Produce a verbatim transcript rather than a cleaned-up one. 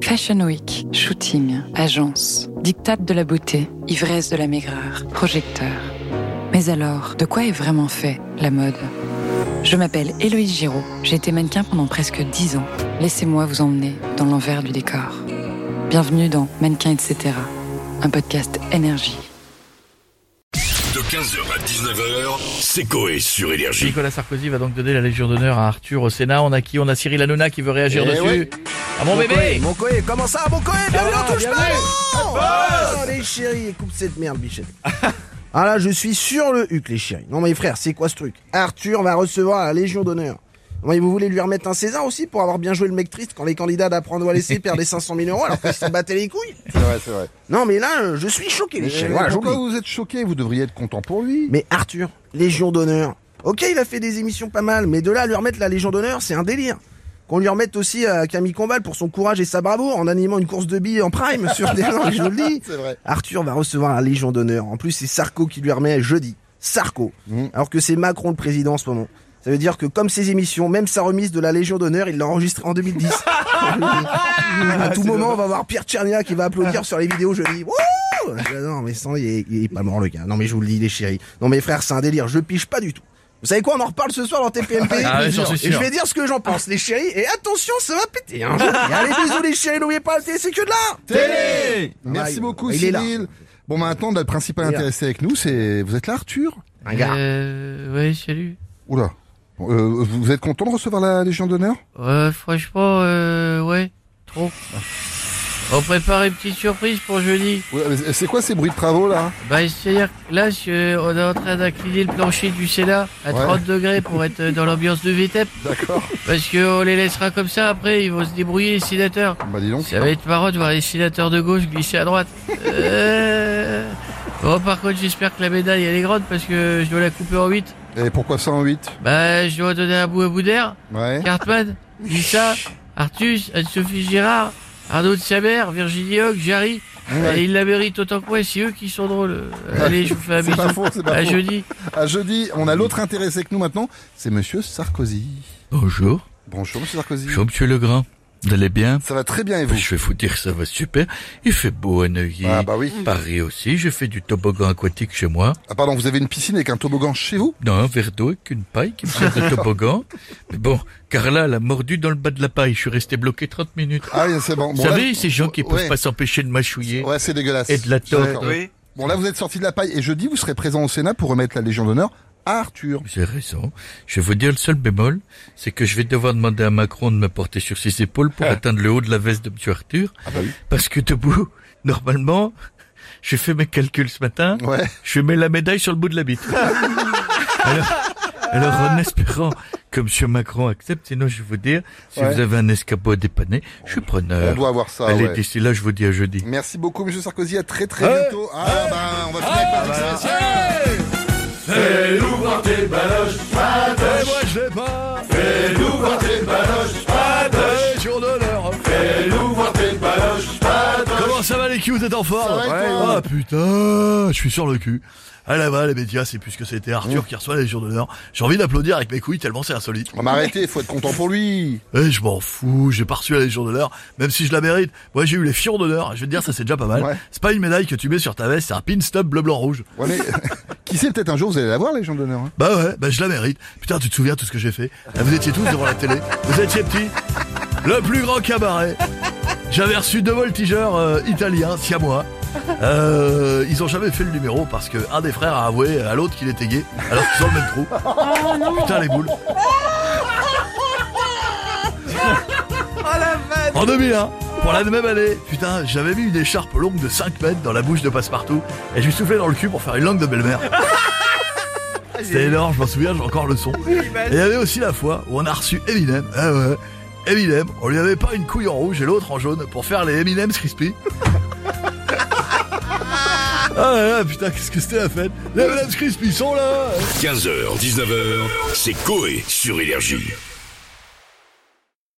Fashion Week, shooting, agence, diktat de la beauté, ivresse de la maigreur, projecteur. Mais alors, de quoi est vraiment fait la mode ? Je m'appelle Héloïse Giraud, j'ai été mannequin pendant presque dix ans. Laissez-moi vous emmener dans l'envers du décor. Bienvenue dans Mannequin et cetera, un podcast énergie. De quinze heures à dix-neuf heures, c'est Coé sur Énergie. Nicolas Sarkozy va donc donner la Légion d'honneur à Arthur au Sénat. On a qui ? On a Cyril Hanouna qui veut réagir Eh dessus. ouais. Ah mon, mon bébé Coé, Mon Coé, comment ça mon Coé? Bienvenue va, en touche bienvenue. pas. Oh, les chéris, coupe cette merde, bichette. Ah là, je suis sur le huc, les chéris. Non mais frère, c'est quoi ce truc? Arthur va recevoir la Légion d'honneur. Non mais vous voulez lui remettre un César aussi pour avoir bien joué le mec triste quand les candidats d'apprendre ou à laisser perdaient cinq cent mille euros alors qu'ils se battaient les couilles? C'est vrai, c'est vrai. Non mais là, je suis choqué, les chéris. Mais Voilà, pourquoi j'oublie. vous êtes choqués? Vous devriez être content pour lui. Mais Arthur, Légion d'honneur. Ok, il a fait des émissions pas mal, mais de là à lui remettre la Légion d'honneur, c'est un délire. Qu'on lui remette aussi à Camille Combal pour son courage et sa bravoure en animant une course de billes en prime sur des non, je le dis. C'est vrai. Arthur va recevoir la Légion d'honneur. En plus, c'est Sarko qui lui remet jeudi. Sarko. Mmh. Alors que c'est Macron le président en ce moment. Ça veut dire que comme ses émissions, même sa remise de la Légion d'honneur, il l'a enregistrée en deux mille dix. À tout moment, on va voir Pierre Tchernia qui va applaudir sur les vidéos jeudi. Wouh! Non mais sans, il est, il est pas mort le gars. Non mais je vous le dis les chéris. Non mais frère, c'est un délire. Je pige pas du tout. Vous savez quoi, on en reparle ce soir dans T P M P. Ah ouais, j'en suis et sûr. je vais dire ce que j'en pense, les chéris. Et attention, ça va péter. Hein. Et allez, bisous les chéris, n'oubliez pas, la télé, c'est que de là. Télé. Merci Ouais, beaucoup, il est là. Cyril. Bon, maintenant, le principal Il est là. intéressé avec nous, c'est... Vous êtes là, Arthur? Un gars. Euh... Ouais, salut. Oula. Euh, vous êtes content de recevoir la Légion d'honneur? Ouais, franchement, euh... Ouais, trop. On prépare une petite surprise pour jeudi. Oula, mais c'est quoi ces bruits de travaux, là? Bah, c'est-à-dire que là, je- on est en train d'incliner le plancher du Sénat à Ouais. trente degrés pour être dans l'ambiance de V T E P. D'accord. Parce qu'on les laissera comme ça, après, ils vont se débrouiller, les sénateurs. Bah, dis donc. Ça va être marrant de voir les sénateurs de gauche glisser à droite. Euh... Bon, par contre, j'espère que la médaille, elle est grande parce que je dois la couper en huit. Et pourquoi ça en huit? Bah, je dois donner un bout à Boudère, Ouais. Cartman, Lisa, Artus, Anne-Sophie Girard, Arnaud de Saber, Virginie Hoc, Jarry. Ouais. Et ils la méritent autant que moi, c'est eux qui sont drôles. Allez, je vous fais un C'est bisou. pas faux, c'est pas À faux. jeudi. À jeudi, on a l'autre intéressé avec nous maintenant, c'est Monsieur Sarkozy. Bonjour, Bonjour, Monsieur Sarkozy. bonjour Monsieur Legrand. Vous allez bien? Ça va très bien, et vous? Je vais vous dire, ça va super. Il fait beau à Neuilly. Ah, bah oui. Paris aussi, je fais du toboggan aquatique chez moi. Ah, pardon, vous avez une piscine avec un toboggan chez vous? Non, un verre d'eau avec une paille qui me sert de toboggan. Mais bon, Carla l'a mordu dans le bas de la paille. Je suis resté bloqué trente minutes. Ah oui, c'est bon. Vous Bon, savez, là- ces gens qui ouais. peuvent pas s'empêcher de mâchouiller. Ouais, c'est dégueulasse. Et de la tordre. D'accord. Bon, là, vous êtes sorti de la paille. Et jeudi, vous serez présent au Sénat pour remettre la Légion d'honneur à Arthur. Vous avez raison. Je vais vous dire le seul bémol, c'est que je vais devoir demander à Macron de me porter sur ses épaules pour atteindre le haut de la veste de Monsieur Arthur. Ah bah oui. Parce que debout, normalement, j'ai fait mes calculs ce matin. Ouais. Je mets la médaille sur le bout de la bite. alors, alors, en espérant que Monsieur Macron accepte, sinon je vais vous dire, si Ouais. vous avez un escabeau à dépanner, je suis preneur. On doit avoir ça, Allez, ouais. d'ici là, je vous dis à jeudi. Merci beaucoup, Monsieur Sarkozy. À très très bientôt. Ah, bah, on va finir avec Patrick Sébastien. Fais-nous voir tes baloches, Et moi, je l'ai pas. fais-nous voir tes baloches, padoches, Légion d'honneur. fais-nous voir tes baloches, padoches. Comment ça va les culs, vous êtes en forme? Ça va et toi Ah putain, je suis sur le cul. Ah là-bas, les médias, c'est plus que c'était Arthur qui reçoit la Légion d'honneur. J'ai envie d'applaudir avec mes couilles tellement c'est insolite. On va arrêter, faut être content pour lui. Eh, je m'en fous, j'ai pas reçu la Légion d'honneur, même si je la mérite. Moi, j'ai eu les fions d'honneur, je vais te dire, ça c'est déjà pas mal. Ouais. C'est pas une médaille que tu mets sur ta veste, c'est un pin stop bleu, blanc, rouge. Ouais, mais qui sait, peut-être un jour vous allez la voir, la Légion d'honneur. Hein. Bah ouais, bah je la mérite. Putain, tu te souviens tout ce que j'ai fait? Là, vous étiez tous devant la télé, vous étiez petits. Le plus grand cabaret. J'avais reçu deux voltigeurs euh, italiens, siamois. Euh, ils ont jamais fait le numéro parce que un des frères a avoué à l'autre qu'il était gay, alors qu'ils sont le même trou. Putain les boules. En deux mille un, pour la même année, putain, j'avais mis une écharpe longue de cinq mètres dans la bouche de Passepartout et je lui soufflais dans le cul pour faire une langue de belle-mère. C'était énorme, je m'en souviens, j'ai encore le son. Et il y avait aussi la fois où on a reçu Eminem. Ah ouais, Eminem, on lui avait pas une couille en rouge et l'autre en jaune pour faire les Eminem's Crispy. Ah là là, putain, qu'est-ce que c'était la fête. Les Eminem's Crispy sont là. quinze heures, dix-neuf heures, c'est Coé sur Énergie.